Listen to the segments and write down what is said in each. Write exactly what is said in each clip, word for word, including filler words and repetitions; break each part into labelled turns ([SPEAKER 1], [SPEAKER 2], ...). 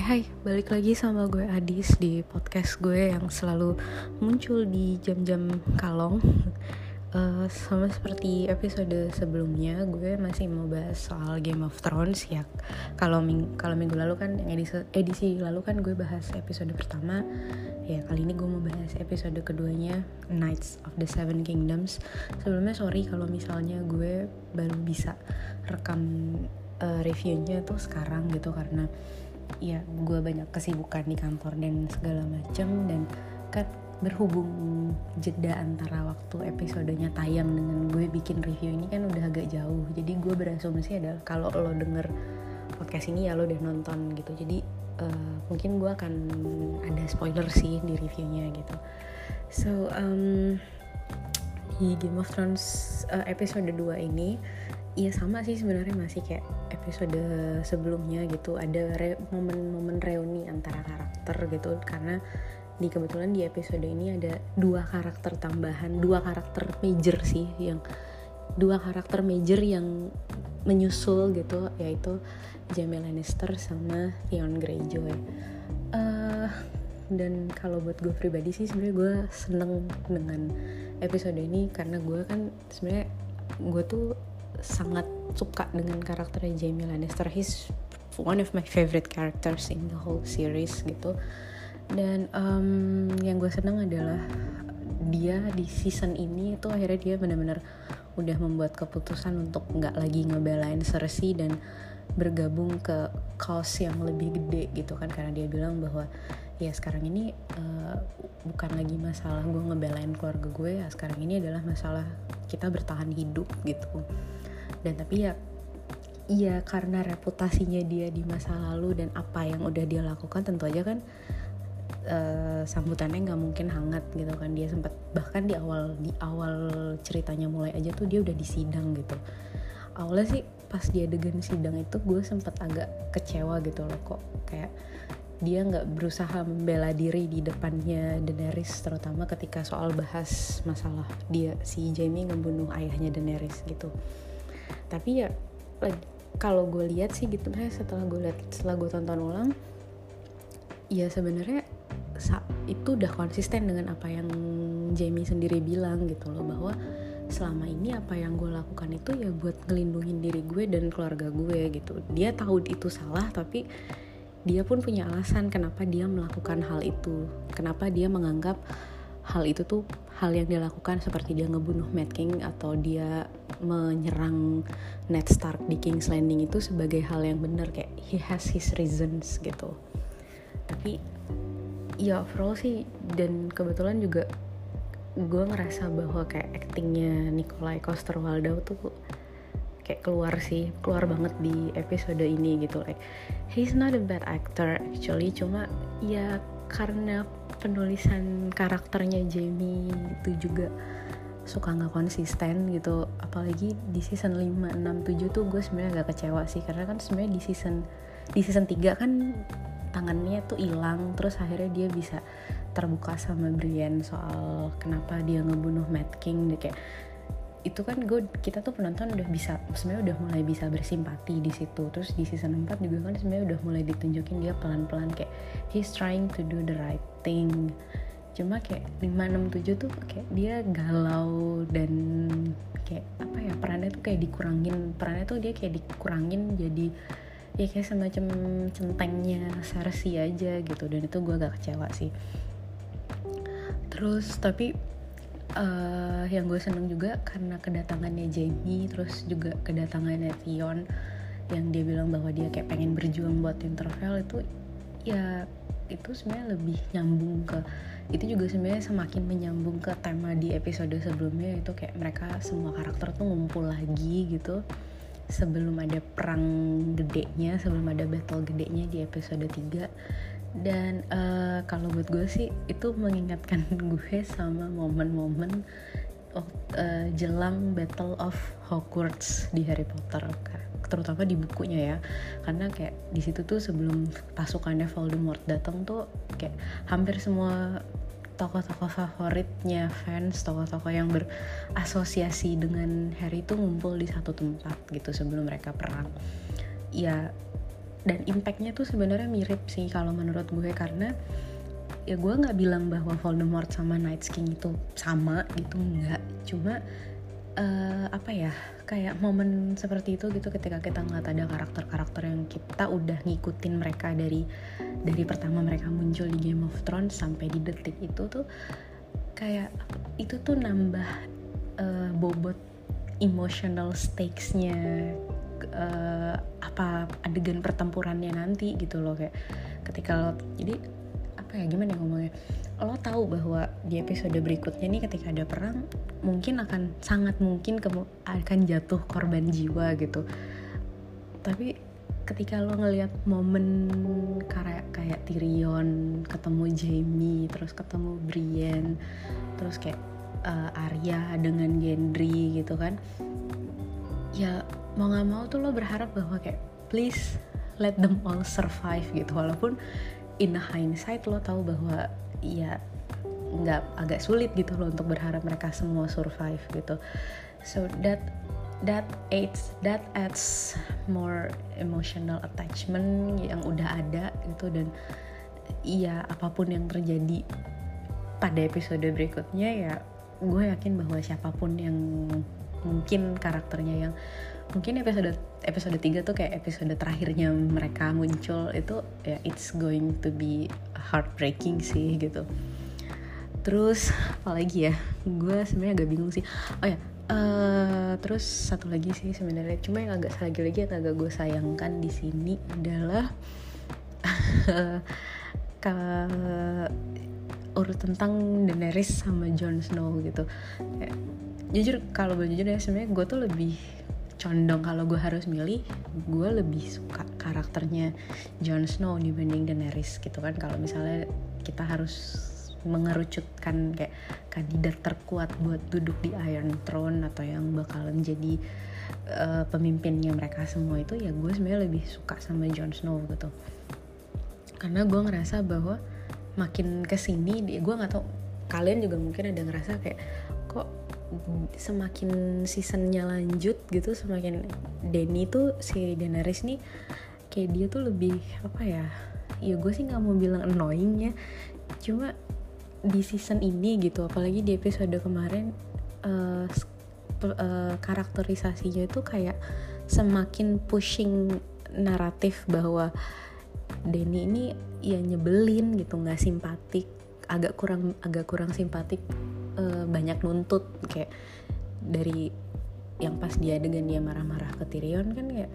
[SPEAKER 1] Hai, balik lagi sama gue Adis di podcast gue yang selalu muncul di jam-jam kalong. uh, Sama seperti episode sebelumnya, gue masih mau bahas soal Game of Thrones ya. Kalau ming- kalau minggu lalu kan, yang edisi, edisi lalu kan gue bahas episode pertama. Ya kali ini gue mau bahas episode keduanya, Knights of the Seven Kingdoms. Sebelumnya sorry kalau misalnya gue baru bisa rekam uh, reviewnya tuh sekarang gitu, karena ya gue banyak kesibukan di kantor dan segala macam, dan kan berhubung jeda antara waktu episodenya tayang dengan gue bikin review ini kan udah agak jauh. Jadi gue berasumsi adalah kalau lo denger podcast ini ya lo udah nonton gitu. Jadi uh, mungkin gue akan ada spoiler sih di reviewnya gitu. So um, di Game of Thrones uh, episode dua ini iya sama sih sebenarnya, masih kayak episode sebelumnya gitu. Ada re- momen-momen reuni antara karakter gitu, karena di kebetulan di episode ini ada dua karakter tambahan, dua karakter major sih, yang dua karakter major yang menyusul gitu, yaitu Jaime Lannister sama Theon Greyjoy. Uh, dan kalau buat gue pribadi sih sebenarnya gue seneng dengan episode ini, karena gue kan sebenarnya gue tuh sangat suka dengan karakternya Jaime Lannister. He's one of my favorite characters in the whole series gitu. Dan um, yang gue senang adalah dia di season ini tuh akhirnya dia benar-benar udah membuat keputusan untuk nggak lagi ngebelain Cersei dan bergabung ke cause yang lebih gede gitu kan, karena dia bilang bahwa ya sekarang ini uh, bukan lagi masalah gue ngebelain keluarga gue, ya sekarang ini adalah masalah kita bertahan hidup gitu. Dan tapi ya iya karena reputasinya dia di masa lalu dan apa yang udah dia lakukan, tentu aja kan uh, sambutannya nggak mungkin hangat gitu kan. Dia sempat bahkan di awal di awal ceritanya mulai aja tuh dia udah disidang gitu. Awalnya sih pas dia adegan sidang itu gue sempat agak kecewa gitu loh, kok kayak dia nggak berusaha membela diri di depannya Daenerys, terutama ketika soal bahas masalah dia si Jaime ngebunuh ayahnya Daenerys gitu. Tapi ya kalau gue lihat sih gitu, setelah gue lihat setelah gue tonton ulang, ya sebenarnya itu udah konsisten dengan apa yang Jaime sendiri bilang gitu loh, bahwa selama ini apa yang gue lakukan itu ya buat ngelindungin diri gue dan keluarga gue gitu. Dia tahu itu salah, tapi dia pun punya alasan kenapa dia melakukan hal itu, kenapa dia menganggap hal itu tuh hal yang dia lakukan, seperti dia ngebunuh Mad King atau dia menyerang Ned Stark di King's Landing itu sebagai hal yang benar, kayak he has his reasons gitu. Tapi ya overall sih, dan kebetulan juga gue ngerasa bahwa kayak actingnya Nikolaj Coster-Waldau tuh kayak keluar sih, keluar banget di episode ini gitu. Like he's not a bad actor actually, cuma ya karena penulisan karakternya Jaime itu juga suka nggak konsisten gitu. Apalagi di season lima, enam, tujuh tuh gue sebenarnya agak kecewa sih, karena kan sebenarnya di season di season tiga kan tangannya tuh hilang, terus akhirnya dia bisa terbuka sama Brienne soal kenapa dia ngebunuh Mad King. Dia kayak itu kan gue kita tuh penonton udah bisa sebenarnya udah mulai bisa bersimpati di situ. Terus di season empat juga kan sebenarnya udah mulai ditunjukin dia pelan-pelan kayak he's trying to do the right thing. Cuma kayak lima, enam, tujuh tuh kayak dia galau dan kayak apa ya, perannya tuh kayak dikurangin, perannya tuh dia kayak dikurangin jadi ya kayak semacam centengnya Cersei aja gitu. Dan itu gue agak kecewa sih. Terus tapi uh, yang gue seneng juga karena kedatangannya Jaime, terus juga kedatangannya Theon yang dia bilang bahwa dia kayak pengen berjuang buat Winterfell, itu ya itu sebenarnya lebih nyambung ke, itu juga sebenarnya semakin menyambung ke tema di episode sebelumnya, itu kayak mereka semua karakter tuh ngumpul lagi gitu sebelum ada perang gedenya, sebelum ada battle gedenya di episode tiga. Dan uh, kalau buat gue sih itu mengingatkan gue sama momen-momen oh, uh, jelang Battle of Hogwarts di Harry Potter, terutama di bukunya ya, karena kayak di situ tuh sebelum pasukannya Voldemort datang tuh kayak hampir semua tokoh-tokoh favoritnya fans, tokoh-tokoh yang berasosiasi dengan Harry tuh ngumpul di satu tempat gitu sebelum mereka perang. Ya dan impactnya tuh sebenarnya mirip sih kalau menurut gue, karena ya gue nggak bilang bahwa Voldemort sama Night King itu sama gitu, nggak, cuma uh, apa ya, kayak momen seperti itu gitu, ketika kita ngeliat ada karakter-karakter yang kita udah ngikutin mereka dari dari pertama mereka muncul di Game of Thrones sampai di detik itu tuh, kayak itu tuh nambah uh, bobot emotional stakes-nya uh, apa adegan pertempurannya nanti gitu loh, kayak ketika lo, jadi apa ya, gimana ya ngomongnya, lo tahu bahwa di episode berikutnya nih ketika ada perang mungkin akan sangat mungkin kemu- akan jatuh korban jiwa gitu, tapi ketika lo ngelihat momen kayak kayak Tyrion ketemu Jaime, terus ketemu Brienne, terus kayak uh, Arya dengan Gendry gitu kan, ya mau nggak mau tuh lo berharap bahwa kayak please let them all survive gitu, walaupun in hindsight lo tahu bahwa ya nggak, agak sulit gitu loh untuk berharap mereka semua survive gitu. So that that adds that adds more emotional attachment yang udah ada gitu, dan iya apapun yang terjadi pada episode berikutnya ya gue yakin bahwa siapapun yang mungkin karakternya yang mungkin episode episode tiga tuh kayak episode terakhirnya mereka muncul itu ya it's going to be heartbreaking sih gitu. Terus apalagi ya, gue sebenarnya agak bingung sih. Oh ya, uh, terus satu lagi sih sebenarnya, cuma yang agak lagi lagi yang agak gue sayangkan di sini adalah ke urut tentang Daenerys sama Jon Snow gitu. Kayak, jujur kalau gue jujur ya, sebenarnya gue tuh lebih condong kalau gue harus milih, gue lebih suka karakternya Jon Snow dibanding Daenerys gitu kan. Kalau misalnya kita harus mengerucutkan kayak kandidat terkuat buat duduk di Iron Throne atau yang bakalan jadi uh, pemimpinnya mereka semua itu, ya gue sebenarnya lebih suka sama Jon Snow gitu. Karena gue ngerasa bahwa makin kesini, gue nggak tahu kalian juga mungkin ada ngerasa kayak kok semakin seasonnya lanjut gitu, semakin Dany tuh, si Daenerys nih kayak dia tuh lebih apa ya, ya gue sih nggak mau bilang annoying ya, cuma di season ini gitu, apalagi di episode kemarin uh, uh, karakterisasinya itu kayak semakin pushing naratif bahwa Dany ini ya nyebelin gitu, nggak simpatik, agak kurang agak kurang simpatik, uh, banyak nuntut, kayak dari yang pas dia adegan dia marah-marah ke Tyrion kan, kayak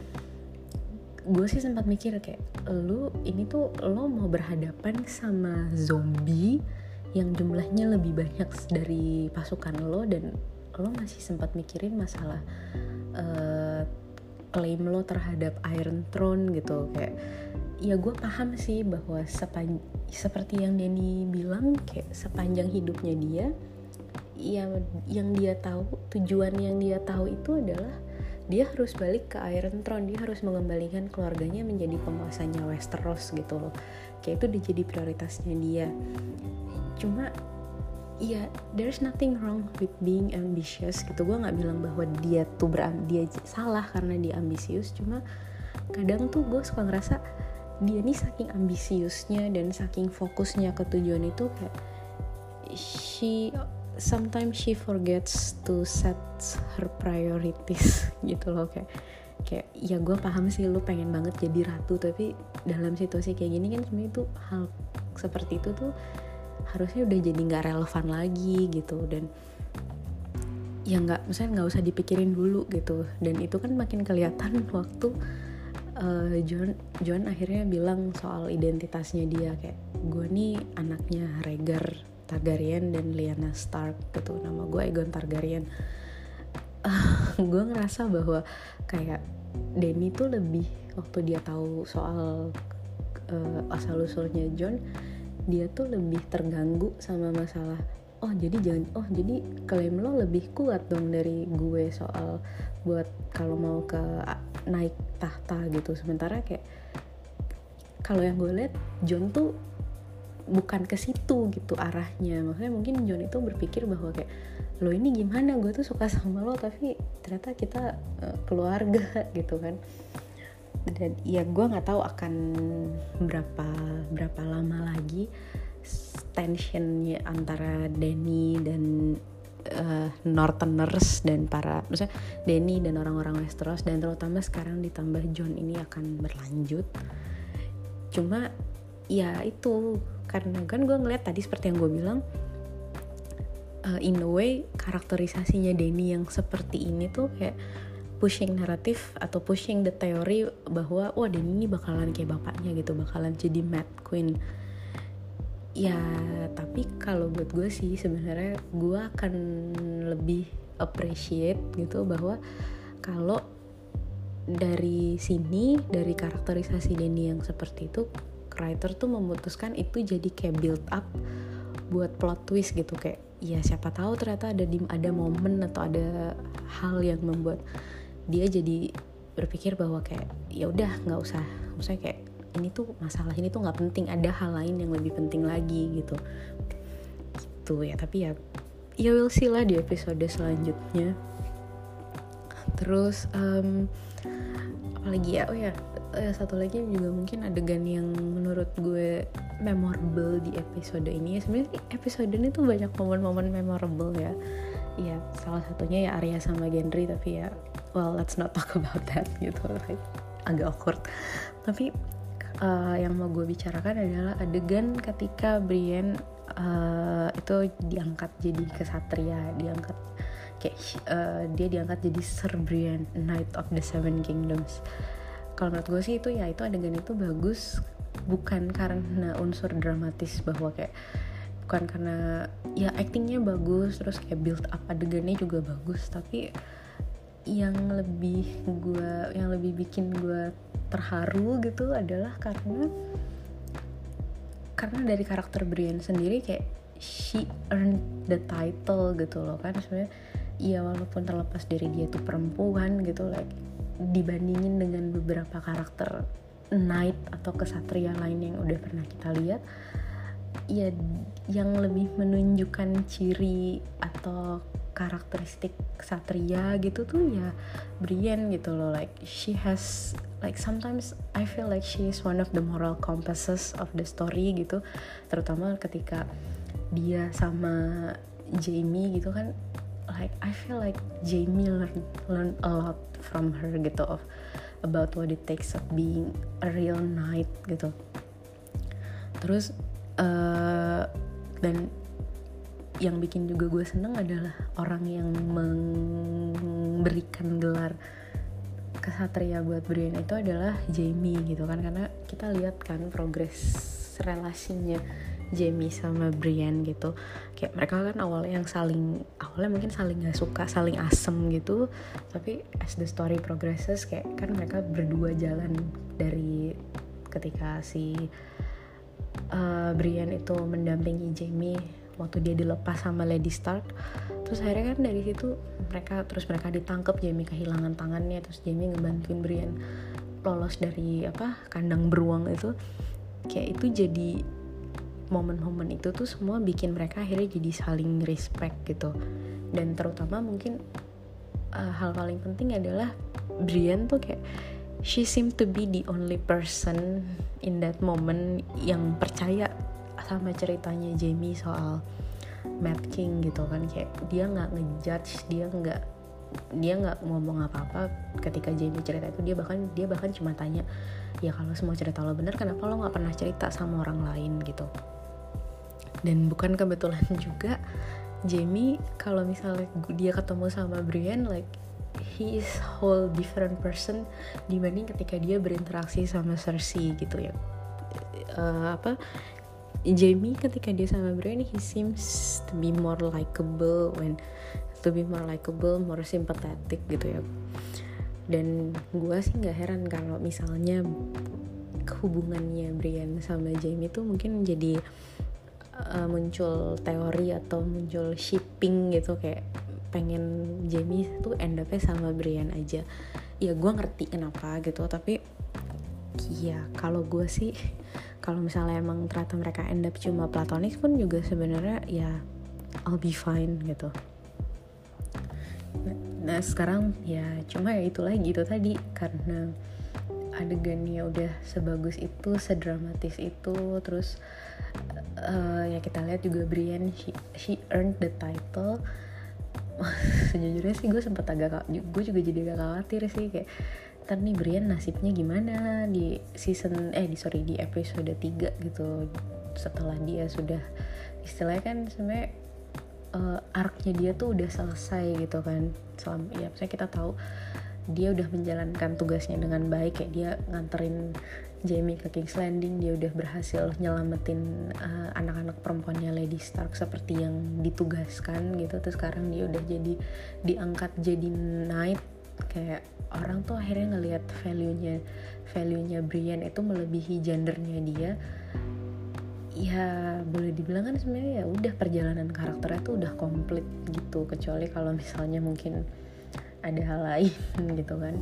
[SPEAKER 1] gue sih sempat mikir kayak lu ini tuh lo mau berhadapan sama zombie yang jumlahnya lebih banyak dari pasukan lo, dan lo masih sempat mikirin masalah uh, klaim lo terhadap Iron Throne gitu. Kayak ya gue paham sih bahwa sepan- seperti yang Dany bilang, kayak sepanjang hidupnya dia, ya yang dia tahu, tujuan yang dia tahu itu adalah dia harus balik ke Iron Throne, dia harus mengembalikan keluarganya menjadi penguasanya Westeros gitu loh. Kayak itu udah jadi prioritasnya dia. Cuma ya there's nothing wrong with being ambitious gitu. Gue nggak bilang bahwa dia tuh beram- dia salah karena dia ambisius, cuma kadang tuh gue suka ngerasa dia nih saking ambisiusnya dan saking fokusnya ke tujuan itu, kayak she sometimes she forgets to set her priorities gitu loh. Kayak kayak ya gue paham sih lu pengen banget jadi ratu, tapi dalam situasi kayak gini kan sebenarnya itu hal seperti itu tuh harusnya udah jadi nggak relevan lagi gitu, dan ya nggak, misalnya nggak usah dipikirin dulu gitu. Dan itu kan makin kelihatan waktu uh, Jon Jon akhirnya bilang soal identitasnya dia, kayak gue nih anaknya Rhaegar Targaryen dan Lyanna Stark gitu, nama gue Aegon Targaryen. Uh, gue ngerasa bahwa kayak Dany tuh lebih, waktu dia tahu soal uh, asal usulnya Jon, dia tuh lebih terganggu sama masalah, oh jadi jangan, oh jadi klaim lo lebih kuat dong dari gue soal buat kalau mau ke naik tahta gitu. Sementara kayak kalau yang gue lihat Jon tuh bukan ke situ gitu arahnya. Maksudnya mungkin Jon itu berpikir bahwa kayak lo ini gimana, gue tuh suka sama lo tapi ternyata kita uh, keluarga gitu kan. dan ya gue nggak tahu akan berapa berapa lama lagi tensionnya antara Danny dan uh, Northerners dan para maksudnya Danny dan orang-orang Westeros dan terutama sekarang ditambah Jon ini akan berlanjut. Cuma ya itu karena kan gue ngeliat tadi seperti yang gue bilang, uh, in a way karakterisasinya Danny yang seperti ini tuh kayak pushing naratif atau pushing the theory bahwa wah Danny ini bakalan kayak bapaknya gitu, bakalan jadi Mad Queen. Ya tapi kalau buat gue sih sebenarnya gue akan lebih appreciate gitu bahwa kalau dari sini, dari karakterisasi Danny yang seperti itu, writer tuh memutuskan itu jadi kayak build up buat plot twist gitu, kayak ya siapa tahu ternyata ada di ada momen atau ada hal yang membuat dia jadi berpikir bahwa kayak ya udah nggak usah, maksudnya kayak ini tuh masalah ini tuh nggak penting, ada hal lain yang lebih penting lagi gitu gitu ya. Tapi ya ya we'll see lah di episode selanjutnya. Terus um, apalagi ya, oh ya uh, satu lagi juga mungkin adegan yang menurut gue memorable di episode ini. Ya sebenarnya episode ini tuh banyak momen-momen memorable ya. Ya salah satunya ya Arya sama Gendry, tapi ya well let's not talk about that gitu, like, agak awkward. Tapi uh, yang mau gue bicarakan adalah adegan ketika Brienne uh, itu diangkat jadi kesatria, diangkat kayak uh, dia diangkat jadi Sir Brienne, Knight of the Seven Kingdoms. Kalau menurut gue sih itu ya itu adegan itu bagus bukan karena unsur dramatis, bahwa kayak bukan karena ya actingnya bagus terus kayak build up adegannya juga bagus, tapi yang lebih gue yang lebih bikin gue terharu gitu adalah karena karena dari karakter Brienne sendiri, kayak she earned the title gitu loh kan. Sebenarnya ya walaupun terlepas dari dia tuh perempuan gitu, like dibandingin dengan beberapa karakter knight atau kesatria lain yang udah pernah kita lihat, ya yang lebih menunjukkan ciri atau karakteristik kesatria gitu tuh ya Brienne gitu loh. Like she has, like sometimes I feel like she is one of the moral compasses of the story gitu, terutama ketika dia sama Jaime gitu kan. Like I feel like Jaime learn learn a lot from her gitu, of about what it takes of being a real knight gitu. Terus uh, dan yang bikin juga gue seneng adalah orang yang memberikan gelar kesatria buat Brienne itu adalah Jaime gitu kan, karena kita lihat kan progres relasinya Jaime sama Brienne gitu. Kayak mereka kan awalnya yang saling awalnya mungkin saling nggak suka, saling asem gitu, tapi as the story progresses kayak kan mereka berdua jalan dari ketika si uh, Brienne itu mendampingi Jaime waktu dia dilepas sama Lady Stark. Terus akhirnya kan dari situ mereka terus mereka ditangkap, Jaime kehilangan tangannya, terus Jaime ngebantuin Brienne lolos dari apa kandang beruang itu. Kayak itu jadi momen-momen itu tuh semua bikin mereka akhirnya jadi saling respect gitu. Dan terutama mungkin uh, hal paling penting adalah Brienne tuh kayak she seemed to be the only person in that moment yang percaya sama ceritanya Jaime soal Mad King gitu kan. Kayak dia nggak ngejudge, dia nggak dia nggak ngomong apa-apa ketika Jaime cerita itu. Dia bahkan dia bahkan cuma tanya, ya kalau semua cerita lo benar kenapa lo nggak pernah cerita sama orang lain gitu. Dan bukan kebetulan juga Jaime kalau misalnya dia ketemu sama Brienne, like he is whole different person dibanding ketika dia berinteraksi sama Cersei gitu ya. Uh, apa Jaime ketika dia sama Brienne, he seems to be more likable, when to be more likable, more sympathetic gitu ya. Dan gue sih nggak heran kalau misalnya hubungannya Brienne sama Jaime itu mungkin jadi uh, muncul teori atau muncul shipping gitu, kayak pengen Jaime tuh end up-nya sama Brienne aja. Ya gue ngerti kenapa gitu, tapi ya kalau gue sih kalau misalnya emang ternyata mereka end up cuma platonik pun juga sebenarnya ya I'll be fine gitu. Nah, nah sekarang ya cuma ya itu lagi itu tadi, karena adegannya udah sebagus itu, sedramatis itu, terus uh, ya kita lihat juga Brienne she, she earned the title. Sejujurnya sih gue sempet agak, gue juga jadi agak khawatir sih, kayak ntar nih Brienne nasibnya gimana di season eh di sorry di episode tiga gitu, setelah dia sudah istilahnya kan sebenarnya uh, arc-nya dia tuh udah selesai gitu kan. Selama ya misalnya kita tahu dia udah menjalankan tugasnya dengan baik, kayak dia nganterin Jaime ke King's Landing, dia udah berhasil nyelamatin uh, anak-anak perempuannya Lady Stark seperti yang ditugaskan gitu. Terus sekarang dia udah jadi diangkat jadi knight, kayak orang tuh akhirnya ngelihat value-nya value-nya Brienne itu melebihi gendernya dia. Ya boleh dibilang kan sebenarnya ya udah perjalanan karakternya tuh udah komplit gitu, kecuali kalau misalnya mungkin ada hal lain gitu kan.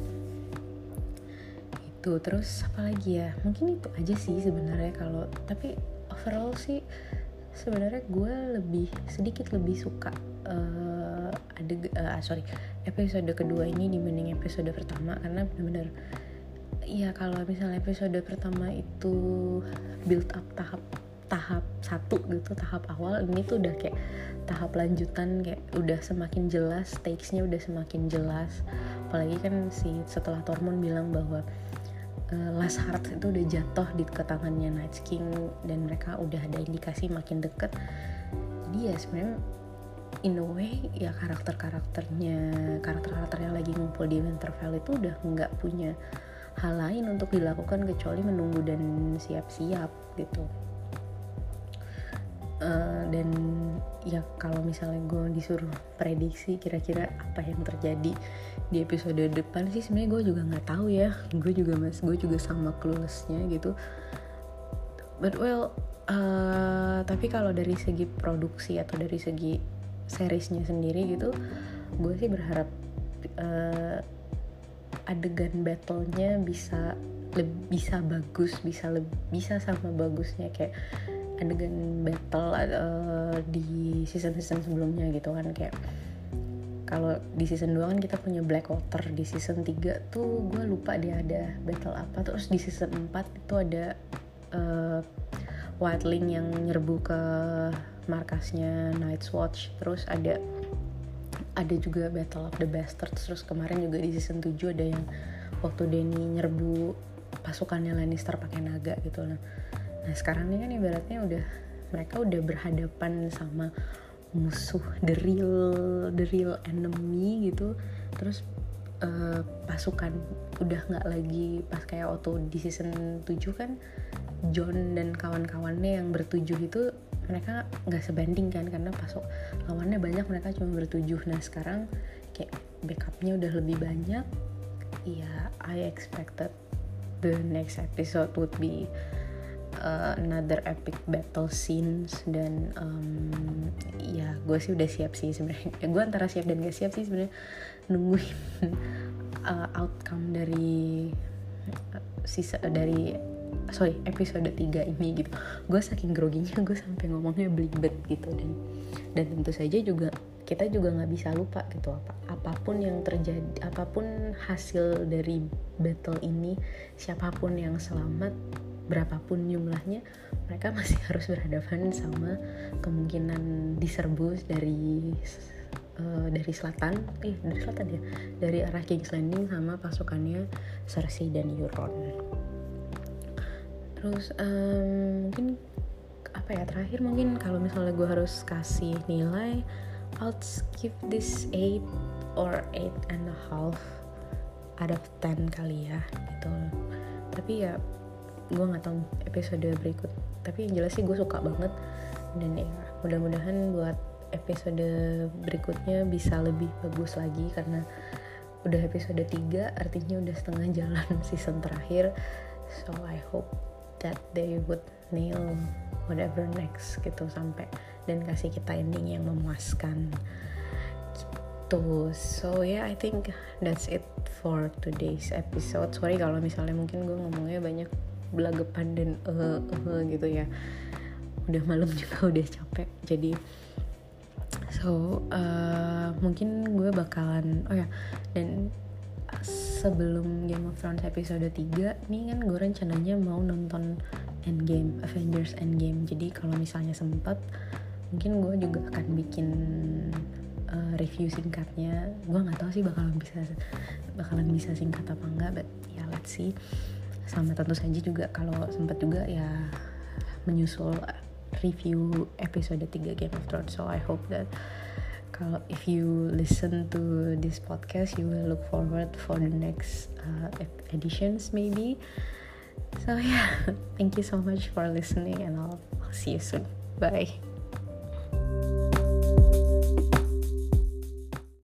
[SPEAKER 1] Itu terus apa lagi ya, mungkin itu aja sih sebenarnya. Kalau tapi overall sih sebenarnya gue lebih sedikit lebih suka uh, ada uh, sorry episode kedua ini dibanding episode pertama, karena benar-benar ya kalau misalnya episode pertama itu build up tahap tahap satu gitu, tahap awal, ini tuh udah kayak tahap lanjutan, kayak udah semakin jelas, stakes-nya udah semakin jelas. Apalagi kan si setelah Tormund bilang bahwa uh, Last Heart itu udah jatuh di ke tangannya Night King dan mereka udah ada indikasi makin deket. Jadi ya sebenarnya in a way ya karakter-karakternya karakter-karakter yang lagi ngumpul di Winterfell itu udah nggak punya hal lain untuk dilakukan kecuali menunggu dan siap-siap gitu. Uh, dan ya kalau misalnya gue disuruh prediksi kira-kira apa yang terjadi di episode depan sih, sebenarnya gue juga nggak tahu ya. Gue juga mas, gue juga sama cluelessnya gitu. But well, uh, tapi kalau dari segi produksi atau dari segi seriesnya sendiri gitu, gue sih berharap uh, adegan battle-nya bisa lebih bisa bagus, bisa lebih bisa sama bagusnya kayak adegan battle uh, di season-season sebelumnya gitu kan. Kayak kalau di season dua kan kita punya Blackwater, di season tiga tuh gue lupa dia ada battle apa, terus di season empat itu ada uh, Wildling yang nyerbu ke markasnya Night's Watch, terus ada ada juga Battle of the Bastards, terus kemarin juga di season tujuh ada yang waktu Dany nyerbu pasukannya Lannister pakai naga gitu. Nah, nah sekarang ini kan ibaratnya udah mereka udah berhadapan sama musuh, the real the real enemy gitu. Terus uh, pasukan udah nggak lagi pas kayak waktu di season tujuh kan Jon dan kawan-kawannya yang bertujuh itu mereka nggak sebanding kan, karena pasok lawannya banyak, mereka cuma bertujuh. Nah sekarang kayak backupnya udah lebih banyak. Ya I expected the next episode would be uh, another epic battle scenes, dan um, ya gue sih udah siap sih sebenarnya. Ya, gue antara siap dan gak siap sih sebenarnya, nungguin uh, outcome dari uh, sisa uh, dari sorry episode tiga ini gitu. Gue saking groginya gue sampai ngomongnya belibet gitu. Dan dan tentu saja juga kita juga nggak bisa lupa gitu, apa apapun yang terjadi, apapun hasil dari battle ini, siapapun yang selamat, berapapun jumlahnya, mereka masih harus berhadapan sama kemungkinan diserbu dari uh, dari selatan, eh dari selatan ya, dari arah King's Landing sama pasukannya Cersei dan Euron. Terus um, mungkin apa ya terakhir, mungkin kalau misalnya gue harus kasih nilai, I'll give this eight or eight and a half out of ten kali ya gitu. Tapi ya gue nggak tahu episode berikut, tapi yang jelas sih gue suka banget. Dan ya mudah-mudahan buat episode berikutnya bisa lebih bagus lagi, karena udah episode tiga, artinya udah setengah jalan season terakhir. So I hope that they would nail whatever next gitu sampai dan kasih kita ending yang memuaskan gitu. So yeah, I think that's it for today's episode. Sorry kalau misalnya mungkin gue ngomongnya banyak belagapan dan eh uh, uh, gitu ya. Udah malam juga, udah capek. Jadi so uh, mungkin gue bakalan oh ya dan sebelum Game of Thrones episode tiga nih kan gue rencananya mau nonton Endgame, Avengers Endgame. Jadi kalau misalnya sempat mungkin gue juga akan bikin uh, review singkatnya. Gue nggak tahu sih bakalan bisa bakalan bisa singkat apa enggak, but ya let's see. Sama tentu saja juga kalau sempat juga ya menyusul review episode tiga Game of Thrones. So I hope that kalau if you listen to this podcast, you will look forward for the next uh, editions maybe. So yeah, thank you so much for listening, and I'll, I'll see you soon. Bye.